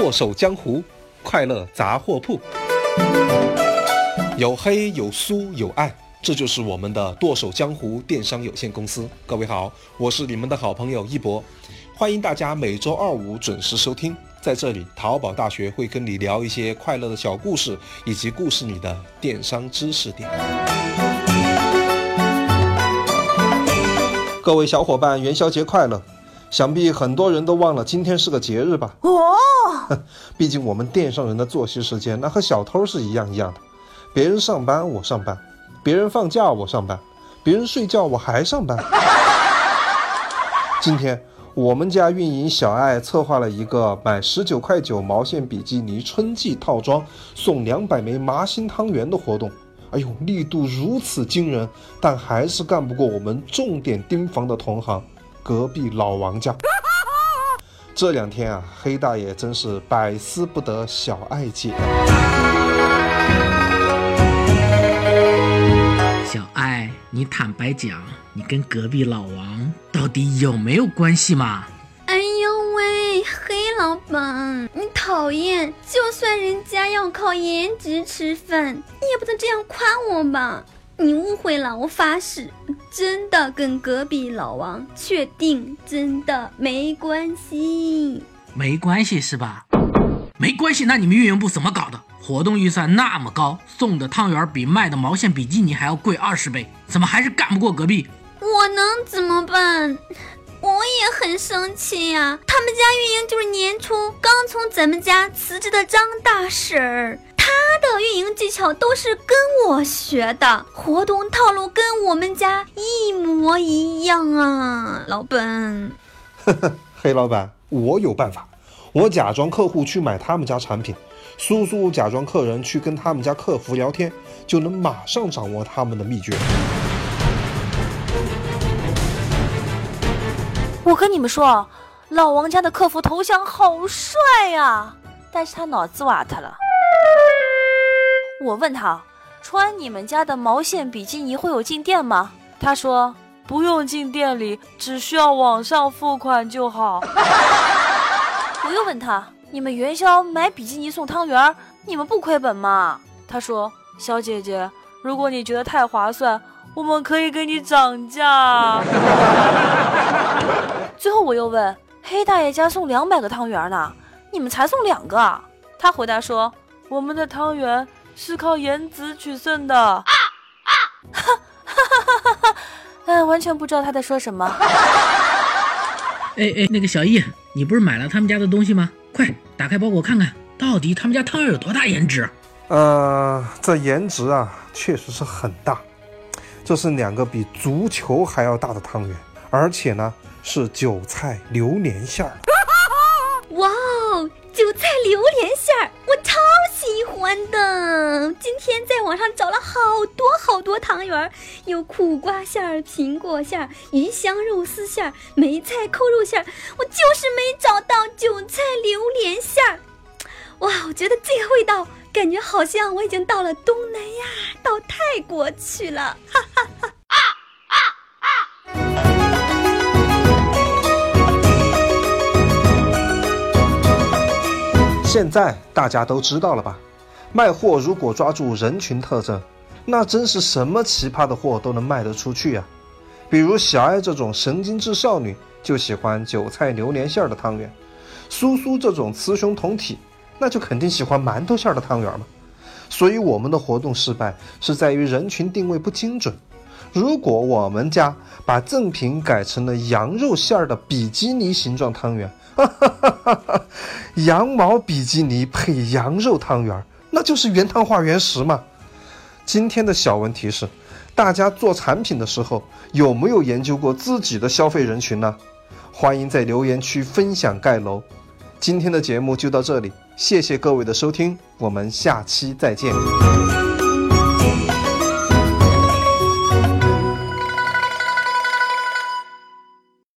剁手江湖，快乐杂货铺。有黑有酥有爱，这就是我们的剁手江湖电商有限公司。各位好，我是你们的好朋友一博，欢迎大家每周二五准时收听。在这里，淘宝大学会跟你聊一些快乐的小故事，以及故事里的电商知识点。各位小伙伴，元宵节快乐！想必很多人都忘了今天是个节日吧？毕竟我们电商人的作息时间那和小偷是一样的，别人上班我上班，别人放假我上班，别人睡觉我还上班。今天我们家运营小爱策划了一个买19.9块毛线比基尼春季套装送200枚麻心汤圆的活动。哎呦，力度如此惊人，但还是干不过我们重点盯防的同行隔壁老王家。这2天啊，黑大爷真是百思不得小爱解。 小爱，你坦白讲，你跟隔壁老王到底有没有关系嘛？ 哎呦喂，黑老板，你讨厌！就算人家要靠颜值吃饭，你也不能这样夸我吧？你误会了，我发誓，真的跟隔壁老王确定真的没关系。 没关系是吧？没关系，那你们运营部怎么搞的？活动预算那么高，送的汤圆比卖的毛线比基尼还要贵20倍，怎么还是干不过隔壁？ 我能怎么办？我也很生气呀！他们家运营就是年初刚从咱们家辞职的张大婶儿，她的运营技巧都是跟我学的，活动套路跟我们家一模一样啊，老板。 黑老板，我有办法，我假装客户去买他们家产品，苏苏假装客人去跟他们家客服聊天，就能马上掌握他们的秘诀。 我跟你们说，老王家的客服头像好帅啊，但是他脑子瓦特了。我问他，穿你们家的毛线比基尼会有进店吗？他说不用进店里，只需要网上付款就好。我又问他，你们元宵买比基尼送汤圆，你们不亏本吗？他说，小姐姐，如果你觉得太划算，我们可以给你涨价。最后我又问，黑大爷家送200个汤圆呢，你们才送2个啊？他回答说，我们的汤圆是靠颜值取胜的。完全不知道他在说什么。 那个小易，你不是买了他们家的东西吗？快打开包裹看看，到底他们家汤圆有多大颜值？ 这颜值啊，确实是很大。这是2个比足球还要大的汤圆，而且呢是韭菜榴莲馅儿。 哇哦，韭菜榴莲馅儿，我超喜欢的。今天在网上找了好多汤圆，有苦瓜馅儿、苹果馅儿、鱼香肉丝馅儿、梅菜扣肉馅儿，我就是没找到韭菜榴莲馅儿。哇，我觉得这个味道感觉好像我已经到了东南亚，到泰国去了，哈哈哈。 现在大家都知道了吧？卖货如果抓住人群特征，那真是什么奇葩的货都能卖得出去呀。比如小爱这种神经质少女就喜欢韭菜榴莲馅的汤圆，苏苏这种雌雄同体那就肯定喜欢馒头馅的汤圆嘛。所以我们的活动失败是在于人群定位不精准。如果我们家把赠品改成了羊肉馅的比基尼形状汤圆，羊毛比基尼配羊肉汤圆，那就是原汤化原食嘛。今天的小问题是，大家做产品的时候有没有研究过自己的消费人群呢？欢迎在留言区分享盖楼。今天的节目就到这里，谢谢各位的收听，我们下期再见。